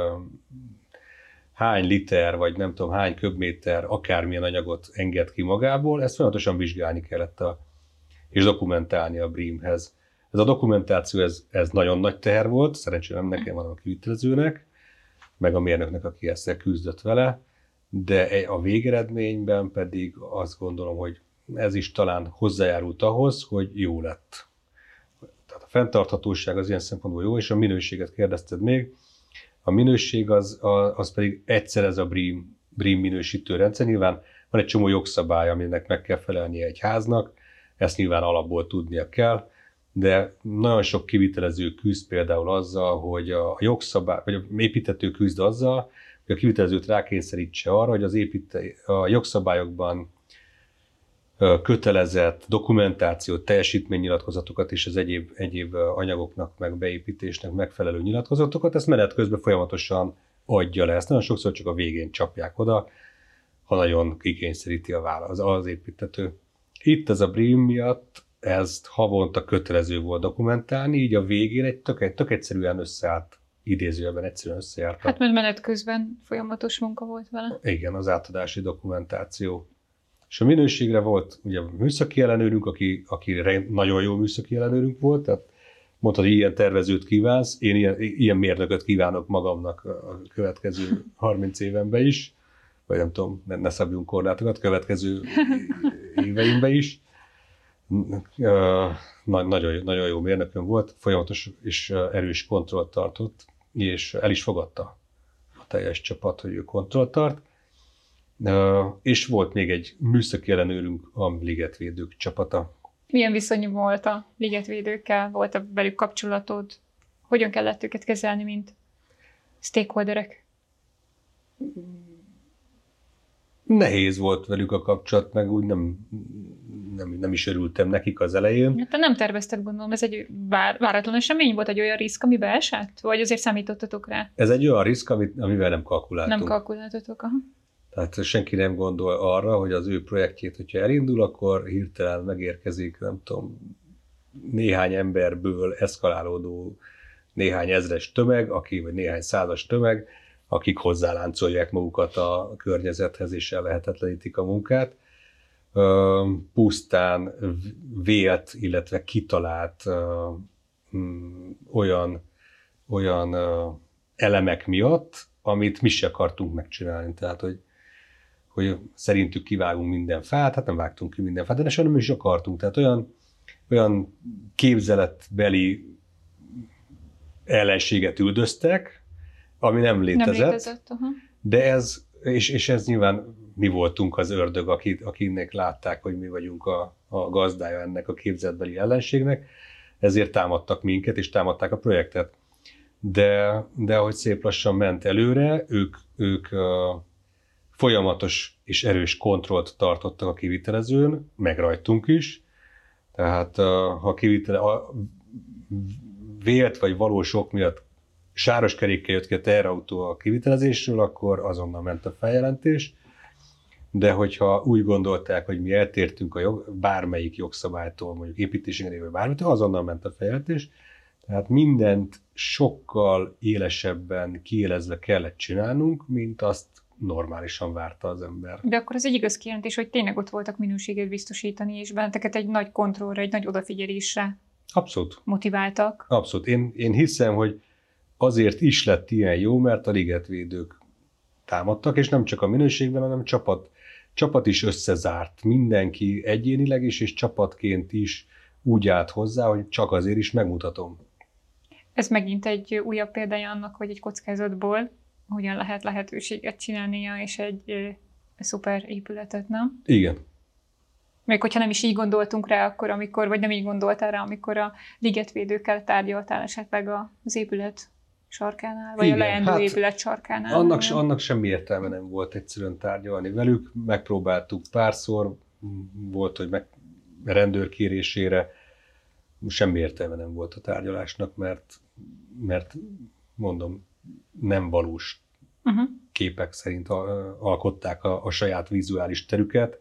hány liter, vagy nem tudom hány köbméter akármilyen anyagot enged ki magából, ezt folyamatosan vizsgálni kellett és dokumentálni a BREEAM-hez. Ez a dokumentáció, ez nagyon nagy teher volt, szerencsére nem nekem, hanem a kivitelezőnek, meg a mérnöknek, aki ezzel küzdött vele, de a végeredményben pedig azt gondolom, hogy ez is talán hozzájárult ahhoz, hogy jó lett. Tehát a fenntarthatóság az ilyen szempontból jó, és a minőséget kérdezted még. A minőség az pedig egyszer ez a BREEAM minősítő rendszer. Nyilván van egy csomó jogszabály, aminek meg kell felelnie egy háznak, ezt nyilván alapból tudnia kell, de nagyon sok kivitelező küzd például azzal, hogy a jogszabály, vagy a építtető küzd azzal, hogy a kivitelezőt rákényszerítse arra, hogy a jogszabályokban kötelezett dokumentációt, teljesítménynyilatkozatokat és az egyéb anyagoknak, meg beépítésnek megfelelő nyilatkozatokat, ezt menet közben folyamatosan adja le. Ezt nagyon sokszor csak a végén csapják oda, ha nagyon kikényszeríti az építtető. Itt ez a BREEAM miatt ezt havonta kötelező volt dokumentálni, így a végén egy tök egyszerűen összeállt, idézőjelben egyszerűen összeállt. Hát mert menet közben folyamatos munka volt vele. Igen, az átadási dokumentáció. És a minőségre volt ugye műszaki ellenőrünk, aki nagyon jó műszaki ellenőrünk volt, tehát mondtad, hogy ilyen tervezőt kívánsz, én ilyen mérnököt kívánok magamnak a következő 30 évenben is, vagy nem tudom, ne szabjunk korlátokat, következő éveimben is. Nagyon jó mérnökön volt, folyamatos és erős kontrollt tartott, és el is fogadta a teljes csapat, hogy ő kontrollt tart. És volt még egy műszaki ellenőrünk, a ligetvédők csapata. Milyen viszony volt a ligetvédőkkel? Volt a velük kapcsolatod? Hogyan kellett őket kezelni, mint stakeholderek? Nehéz volt velük a kapcsolat, meg úgy nem is örültem nekik az elején. Hát nem tervezted, gondolom, ez egy váratlan esemény volt, egy olyan riszk, amibe esett? Vagy azért számítottatok rá? Ez egy olyan riszk, amivel nem kalkuláltunk. Nem kalkuláltatok, aha. Tehát senki nem gondol arra, hogy az ő projektjét, hogyha elindul, akkor hirtelen megérkezik, nem tudom, néhány emberből eszkalálódó néhány ezres tömeg, vagy néhány százas tömeg, akik hozzáláncolják magukat a környezethez és ellehetetlenítik a munkát. Pusztán vélt, illetve kitalált olyan elemek miatt, amit mi se akartunk megcsinálni. Tehát, hogy szerintük kivágunk minden fát, hát nem vágtunk ki minden fát, de nem is akartunk. Tehát olyan képzeletbeli ellenséget üldöztek, ami nem létezett. De ez nyilván mi voltunk az ördög, akinek látták, hogy mi vagyunk a gazdája ennek a képzeletbeli ellenségnek, ezért támadtak minket, és támadták a projektet. de ahogy szép lassan ment előre, ők folyamatos és erős kontrollt tartottak a kivitelezőn, meg rajtunk is. Tehát ha vélt vagy valós ok miatt sáros kerékkel jött ki a teherautó a kivitelezésről, akkor azonnal ment a feljelentés. De hogyha úgy gondolták, hogy mi eltértünk bármelyik jogszabálytól, mondjuk építési engedély vagy bármitől, azonnal ment a feljelentés. Tehát mindent sokkal élesebben kiélezve kellett csinálnunk, mint azt normálisan várta az ember. De akkor az egy igaz kijelentés, hogy tényleg ott voltak minőséget biztosítani, és benneteket egy nagy kontrollra, egy nagy odafigyelésre Abszolút. motiváltak. Abszolút. Én hiszem, hogy azért is lett ilyen jó, mert a ligetvédők támadtak, és nem csak a minőségben, hanem csapat is összezárt. Mindenki egyénileg is, és csapatként is úgy állt hozzá, hogy csak azért is megmutatom. Ez megint egy újabb példája annak, hogy egy kockázatból hogyan lehet lehetőséget csinálnia, és egy szuper épületet, nem? Igen. Még hogyha nem is így gondoltunk rá akkor, vagy nem így gondoltál rá, amikor a ligetvédőkkel tárgyaltál esetleg az épület sarkánál, vagy igen, a leendő épület sarkánál. Annak semmi értelme nem volt egyszerűen tárgyalni velük. Megpróbáltuk párszor, volt, hogy rendőr kérésére, semmi értelme nem volt a tárgyalásnak, mert mondom, nem valós képek szerint alkották a saját vizuális terüket,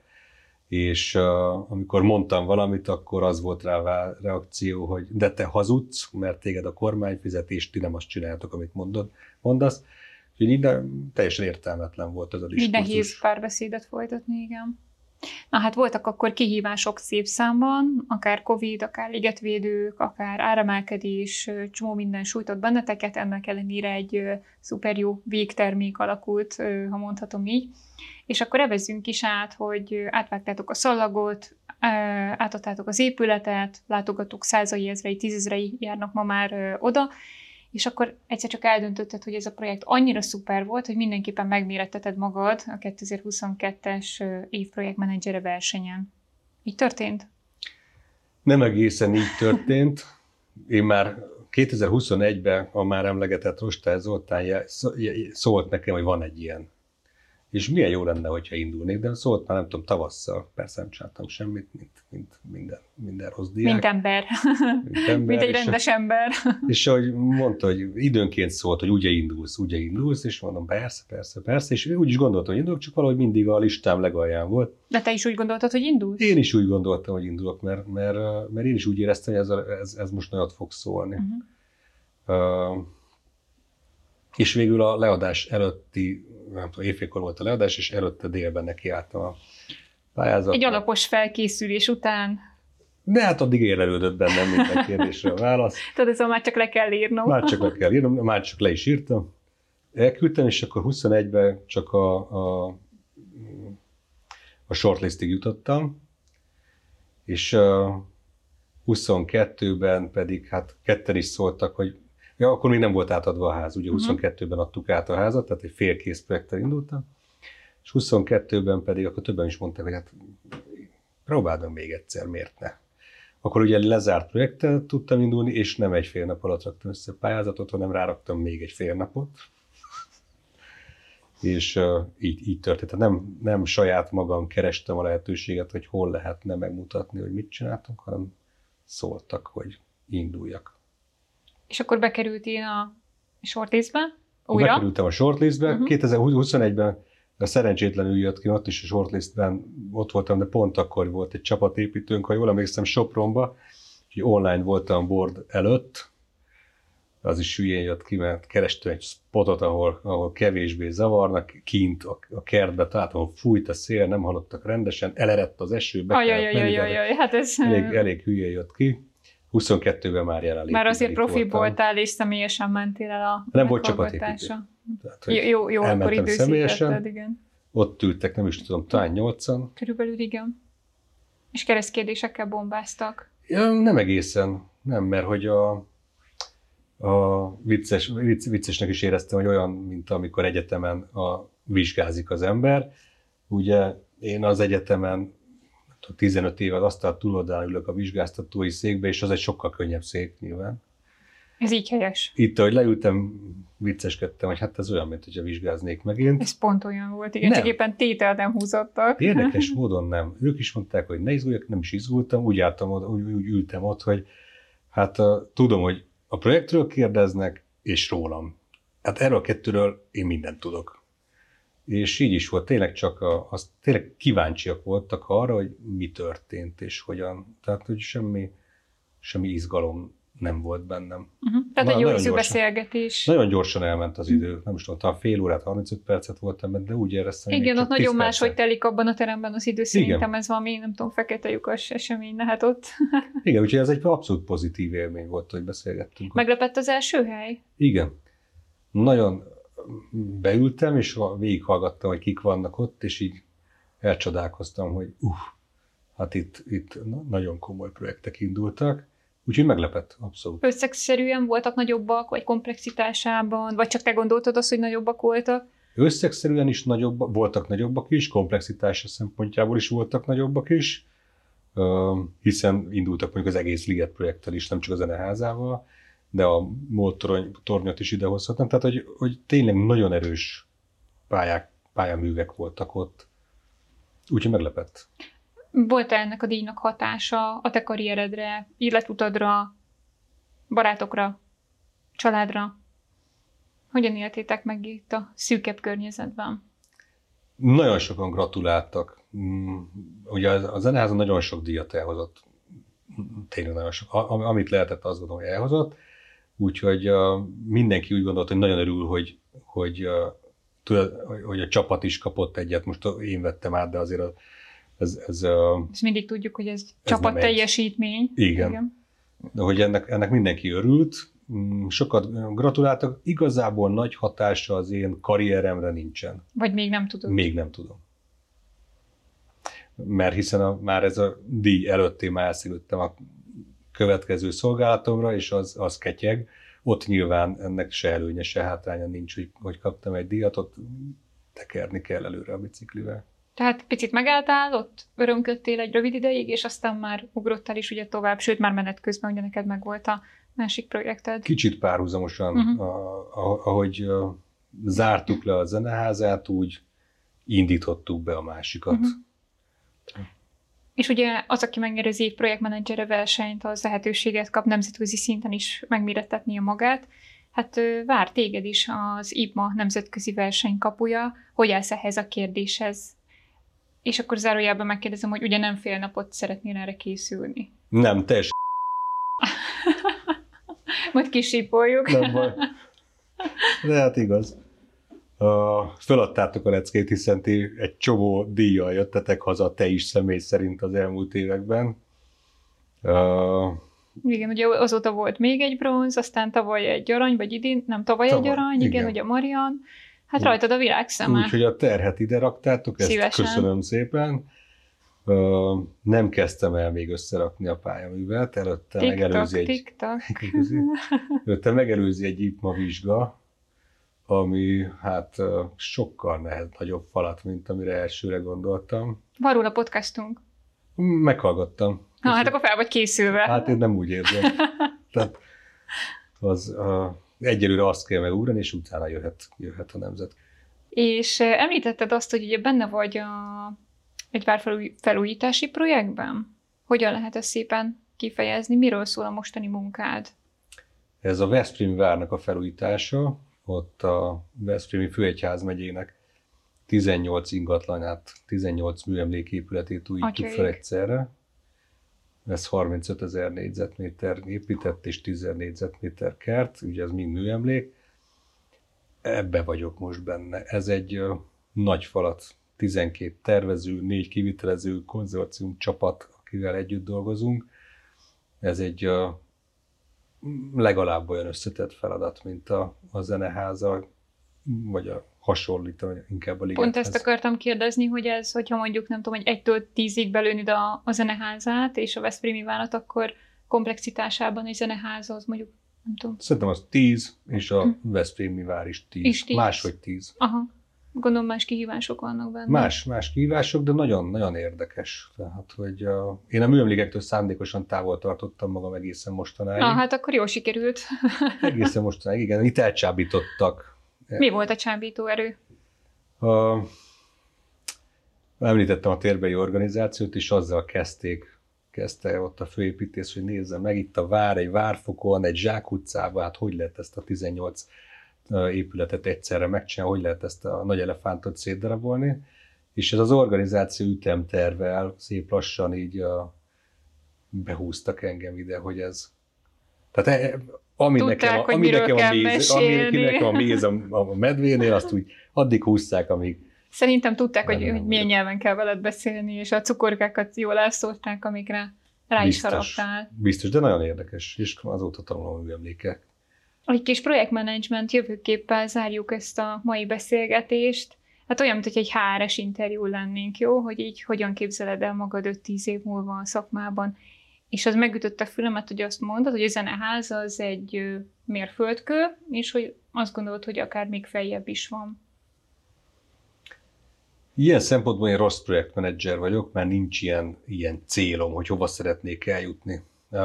és amikor mondtam valamit, akkor az volt rá a reakció, hogy de te hazudsz, mert téged a kormány fizet, és ti nem azt csináltok, amit mondasz. Úgyhogy így teljesen értelmetlen volt ez a diskurzus. Így nehéz párbeszédet folytatni, igen. Na hát voltak akkor kihívások szép számban, akár Covid, akár ligetvédők, akár áremelkedés, csomó minden sújtott benneteket, ennek ellenére egy szuper jó végtermék alakult, ha mondhatom így. És akkor evezzünk is át, hogy átvágtátok a szallagot, átadtátok az épületet, látogatók százai, ezrei, tízezrei járnak ma már oda, és akkor egyszer csak eldöntötted, hogy ez a projekt annyira szuper volt, hogy mindenképpen megméretteted magad a 2022-es év projektmenedzsere versenyen. Így történt? Nem egészen így történt. Én már 2021-ben a már emlegetett Rostár Zoltán szólt nekem, hogy van egy ilyen. És milyen jó lenne, hogyha indulnék, de szólt már nem tudom, tavasszal. Persze nem csináltam semmit, mint minden rossz diák. Mint ember. Mint egy rendes ember. És ahogy mondta, hogy időnként szólt, hogy ugye indulsz, és mondom, persze, és úgy is gondoltam, hogy indulok, csak valahogy mindig a listám legalján volt. De te is úgy gondoltad, hogy indulsz? Én is úgy gondoltam, hogy indulok, mert én is úgy éreztem, hogy ez most nagyot fog szólni. És végül a leadás előtti, nem tudom, évfélkor volt a leadás, és előtte délben nekiálltam a pályázatnak. Egy alapos felkészülés után. De hát addig érlelődött bennem minden kérdésre a válasz. Tudod, szóval már csak le kell írnom. Már csak le is írtam. Elküldtem, és akkor 21-ben csak a shortlistig jutottam, és 22-ben pedig hát ketten is szóltak, hogy akkor még nem volt átadva a ház, ugye 22-ben adtuk át a házat, tehát egy félkész projekttel indultam, és 22-ben pedig akkor többen is mondták, hogy hát próbáld meg még egyszer, miért ne. Akkor ugye lezárt projekttel tudtam indulni, és nem egy fél nap alatt raktam össze a pályázatot, hanem ráraktam még egy fél napot. És így történt. Nem saját magam kerestem a lehetőséget, hogy hol lehetne megmutatni, hogy mit csináltunk, hanem szóltak, hogy induljak. És akkor bekerültél a shortlistbe újra? Bekerültem a shortlistbe. 2021-ben szerencsétlenül jött ki, ott is a shortlistben ott voltam, de pont akkor volt egy csapatépítőnk, ha jól emlékszem, Sopronba, úgyhogy online voltam board előtt. Az is hülyén jött ki, mert kerestem egy spotot, ahol kevésbé zavarnak, kint a kertbe, tehát ahol fújt a szél, nem hallottak rendesen, elerett az eső, hát ez... elég hülyén jött ki. 22-ben már jelenlévő. Már azért profi voltál, és személyesen mentél el a nem volt csapatépítő. Jó, akkor időszítetted, igen. Ott ültek, nem is tudom, talán 8-an. Körülbelül igen. És keresztkérdésekkel bombáztak. Ja, nem egészen. Nem, mert hogy viccesnek is éreztem, hogy olyan, mint amikor egyetemen vizsgázik az ember. Ugye én az egyetemen 15 éve az asztal túloldalán ülök a vizsgáztatói székbe, és az egy sokkal könnyebb szék nyilván. Ez így helyes. Itt, ahogy leültem, vicceskedtem, hogy hát ez olyan, mint hogyha vizsgáznék megint. Ez pont olyan volt, igen, csak éppen tételt nem húzottak. Érdekes módon nem. Ők is mondták, hogy ne izguljak, nem is izgultam, úgy ültem ott, hogy hát tudom, hogy a projektről kérdeznek, és rólam. Hát erről a kettőről én mindent tudok. És így is volt, tényleg csak tényleg kíváncsiak voltak arra, hogy mi történt, és hogyan. Tehát, hogy semmi izgalom nem volt bennem. Tehát egy jó ízű beszélgetés. Nagyon gyorsan elment az idő. Nem is tudom, talán fél órát, 35 percet voltam benne, de úgy éreztem, igen, ott nagyon máshogy telik abban a teremben az idő. Szerintem ez valami, nem tudom, fekete lyukas esemény lehet ott. Igen, úgyhogy ez egy abszolút pozitív élmény volt, hogy beszélgettünk. Meglepett az első hely? Igen. Nagyon beültem, és végighallgattam, hogy kik vannak ott, és így elcsodálkoztam, hogy hát itt nagyon komoly projektek indultak. Úgyhogy meglepett, abszolút. Összegszerűen voltak nagyobbak, vagy komplexitásában, vagy csak te gondoltad azt, hogy nagyobbak voltak? Összegszerűen is voltak nagyobbak is, komplexitása szempontjából is voltak nagyobbak is, hiszen indultak mondjuk az egész Liget projekttel is, nem csak a zeneházával, de a MOL tornyot is idehozhatnám. Tehát, hogy tényleg nagyon erős pályaművek voltak ott. Úgyhogy meglepett. Volt-e ennek a díjnak hatása a te karrieredre, életutadra, barátokra, családra? Hogyan éltétek meg itt a szűkebb környezetben? Nagyon sokan gratuláltak. Ugye a zeneházon nagyon sok díjat elhozott. Tényleg nagyon sok. Amit lehetett, azt gondolom, hogy elhozott. Úgyhogy mindenki úgy gondolt, hogy nagyon örül, hogy a csapat is kapott egyet. Most én vettem át, de azért ezt mindig tudjuk, hogy ez csapat teljesítmény. Igen. De hogy ennek mindenki örült, sokat gratuláltak, igazából nagy hatása az én karrieremre nincsen. Vagy még nem tudod? Még nem tudom. Mert hiszen már ez a díj előtt én már elszívődtem a következő szolgálatomra, és az ketyeg. Ott nyilván ennek se előnye, se hátránya nincs, hogy kaptam egy díjat, ott tekerni kell előre a biciklivel. Tehát picit megálltál, ott örömködtél egy rövid ideig, és aztán már ugrottál is ugye tovább, sőt már menet közben, ugye neked meg volt a másik projekted. Kicsit párhuzamosan, ahogy zártuk le a zeneházát, úgy indítottuk be a másikat. És ugye az, aki megnyeri az év projektmenedzsere versenyt, az lehetőséget kap nemzetközi szinten is megmérettetnie magát. Hát vár téged is az IPMA nemzetközi verseny kapuja. Hogy állsz ehhez a kérdéshez? És akkor zárójában megkérdezem, hogy ugye nem fél napot szeretnél erre készülni. Nem, teljesen. Majd kisípoljuk. Nem baj. De hát igaz. Föladtátok a leckét, hiszen ti egy csomó díjjal jöttetek haza, te is személy szerint az elmúlt években. Igen, ugye azóta volt még egy bronz, aztán tavaly egy arany, vagy idén, nem tavaly egy arany, igen, ugye a Marian. Hát rajtad a világ szeme. Úgyhogy a terhet ide raktátok, ezt szívesen. Köszönöm szépen. Nem kezdtem el még összerakni a pályaművet, előtte megelőzi egy IPMA vizsga, ami hát sokkal nagyobb falat, mint amire elsőre gondoltam. Van róla podcastunk. Meghallgattam. Hát akkor fel vagy készülve. Hát én nem úgy érzem. Tehát egyelőre azt kell megugrani, és utána jöhet a nemzet. És említetted azt, hogy ugye benne vagy egy várfelújítási projektben? Hogyan lehet ezt szépen kifejezni? Miről szól a mostani munkád? Ez a Veszprémi várnak a felújítása, ott a Veszprémi főegyházmegyének 18 ingatlanát, 18 műemléképületét újítjuk fel egyszerre. Ez 35 000 négyzetméter épített és 10 000 négyzetméter kert, ugye ez mind műemlék. Ebbe vagyok most benne. Ez egy nagy falat, 12 tervező, 4 kivitelező konzorcium csapat, akivel együtt dolgozunk. Ez egy legalább olyan összetett feladat, mint a zeneháza, vagy hasonlítani inkább a Ligethez. Pont ezt akartam kérdezni, hogy ez, hogyha mondjuk nem tudom, hogy 1-től 10-ig belőnöd a zeneházát és a Veszprémi várat, akkor komplexitásában egy zeneháza az mondjuk, nem tudom. Szerintem az 10, és a Veszprémi vár is 10. Máshogy 10. Aha. Gondolom más kihívások vannak benne. Más kihívások, de nagyon-nagyon érdekes. Tehát, hogy én a műemlékektől szándékosan távol tartottam magam egészen mostanáig. Hát akkor jól sikerült. Egészen mostanáig, igen. Itt elcsábítottak. Mi volt a csábító erő? Említettem a térbeli organizációt, és azzal kezdte ott a főépítész, hogy nézze meg itt a vár, egy várfokon, egy zsákutcában, hát hogy lehet ezt a 18 épületet egyszerre megcsinálni, hogy lehet ezt a nagy elefántot szétdarabolni. És ez az organizáció ütemtervvel szép lassan így behúztak engem ide, hogy ez... Tehát ami tudták, nekem a méz a medvénél, azt úgy addig húzták, amíg... Szerintem tudták, hogy milyen nyelven kell veled beszélni, és a cukorkákat jól elszórták, amikre rá is haraptál. Biztos, de nagyon érdekes, és azóta tanulom a műemlékek. Egy kis projektmenedzsment jövőképpel zárjuk ezt a mai beszélgetést. Hát olyan, mint hogy egy HRS interjú lennénk, jó? Hogy így hogyan képzeled el magad 5-10 év múlva a szakmában. És az megütötte a fülemet, hogy azt mondtad, hogy a zeneház az egy mérföldkő, és hogy azt gondolod, hogy akár még feljebb is van. Ilyen szempontból én rossz projektmenedzser vagyok, mert nincs ilyen célom, hogy hova szeretnék eljutni.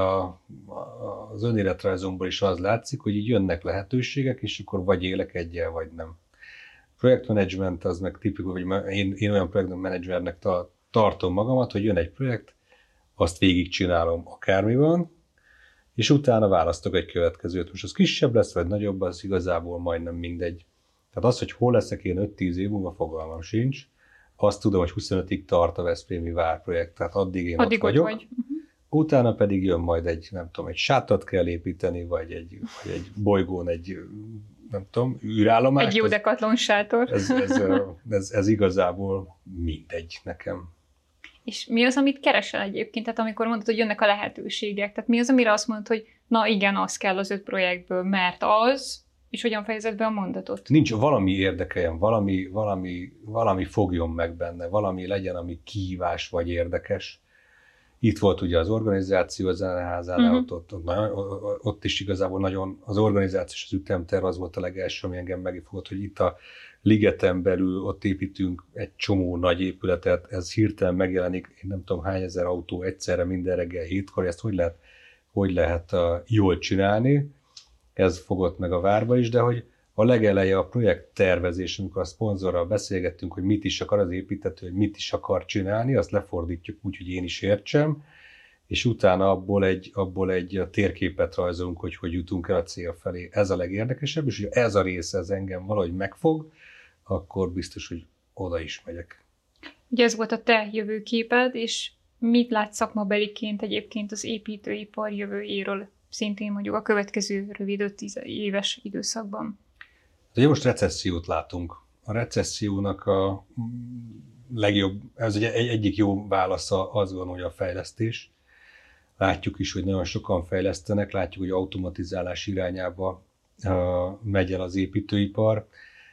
Az önéletrajzomból is az látszik, hogy így jönnek lehetőségek, és akkor vagy élek egyel, vagy nem. Projektmenedzsment az meg tipikus, hogy én olyan projektmenedzsernek tartom magamat, hogy jön egy projekt, azt végigcsinálom akármi van, és utána választok egy következőt. Most az kisebb lesz, vagy nagyobb, az igazából majdnem mindegy. Tehát az, hogy hol leszek én 5-10 év múlva, fogalmam sincs. Azt tudom, hogy 25-ig tart a Veszprémi Várprojekt, tehát addig én ott vagyok. Vagy. Utána pedig jön majd egy sátat kell építeni, vagy egy bolygón egy, nem tudom, űrállomást. Egy jó Decathlon sátor. Ez igazából mindegy nekem. És mi az, amit keresel egyébként? Tehát amikor mondod, hogy jönnek a lehetőségek, tehát mi az, amire azt mondod, hogy na igen, az kell az 5 projektből, mert az, és hogyan fejezed be a mondatot? Nincs, valami érdekeljen, valami fogjon meg benne, valami legyen, ami kihívás vagy érdekes. Itt volt ugye az organizáció a zeneházánál, ott is igazából nagyon, az organizáció és az ütemterv az volt a legelső, ami engem megfogott, hogy itt a ligeten belül ott építünk egy csomó nagy épületet, ez hirtelen megjelenik, én nem tudom hány ezer autó egyszerre minden reggel 7-kor, ezt hogy lehet jól csinálni. Ez fogott meg a várba is, de hogy a legeleje a projekt tervezés, amikor a szponzorral beszélgettünk, hogy mit is akar az építető, hogy mit is akar csinálni, azt lefordítjuk úgy, hogy én is értsem, és utána abból egy térképet rajzolunk, hogy jutunk el a cél felé. Ez a legérdekesebb, és hogy ez a része ez engem valahogy megfog, akkor biztos, hogy oda is megyek. Ugye ez volt a te jövőképed, és mit látsz szakmabeliként egyébként az építőipar jövőjéről, szintén mondjuk a következő rövid 5-10 éves időszakban? Ugye most recessziót látunk. A recessziónak a legjobb, ez ugye egyik jó válasza az van, hogy a fejlesztés. Látjuk is, hogy nagyon sokan fejlesztenek, látjuk, hogy automatizálás irányába megy el az építőipar.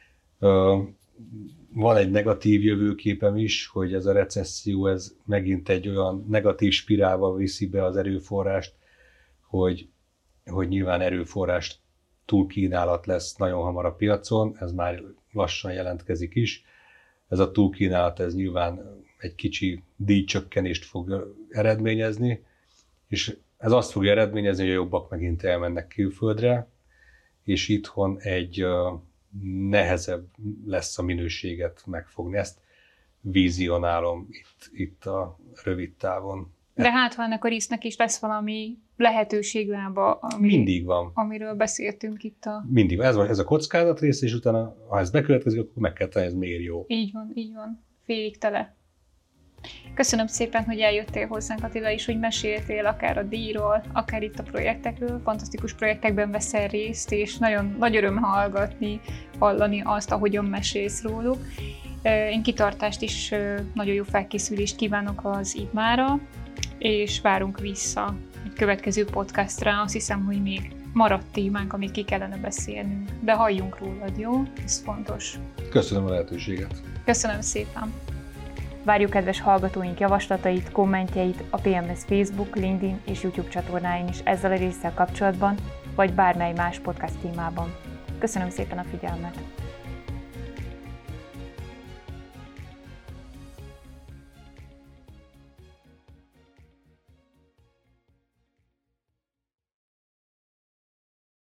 Van egy negatív jövőképem is, hogy ez a recesszió, ez megint egy olyan negatív spirálba viszi be az erőforrást, hogy nyilván erőforrás túlkínálat lesz nagyon hamar a piacon, ez már lassan jelentkezik is. Ez a túlkínálat, ez nyilván egy kicsi díjcsökkenést fog eredményezni, és ez azt fogja eredményezni, hogy a jobbak megint elmennek külföldre, és itthon egy nehezebb lesz a minőséget megfogni. Ezt vizionálom itt a rövid távon. De hát, ha ennek a résznek is lesz valami lehetőséglába, mindig van. Amiről beszéltünk itt Mindig van. Ez a kockázat rész, és utána, ha ez bekövetkezik, akkor meg kell tenni, ez miért jó. Így van. Félig tele. Köszönöm szépen, hogy eljöttél hozzánk, Attila, és hogy meséltél akár a díjról, akár itt a projektekről. Fantasztikus projektekben veszel részt, és nagyon nagy öröm hallani azt, ahogyan mesélsz róluk. Én kitartást is, nagyon jó felkészülést kívánok az IPMA-ra, és várunk vissza egy következő podcastra. Azt hiszem, hogy még maradt témánk, amit ki kellene beszélnünk, de halljunk rólad, jó? Ez fontos. Köszönöm a lehetőséget. Köszönöm szépen. Várjuk kedves hallgatóink javaslatait, kommentjeit a PMS Facebook, LinkedIn és YouTube csatornáin is ezzel a résszel kapcsolatban, vagy bármely más podcast témában. Köszönöm szépen a figyelmet!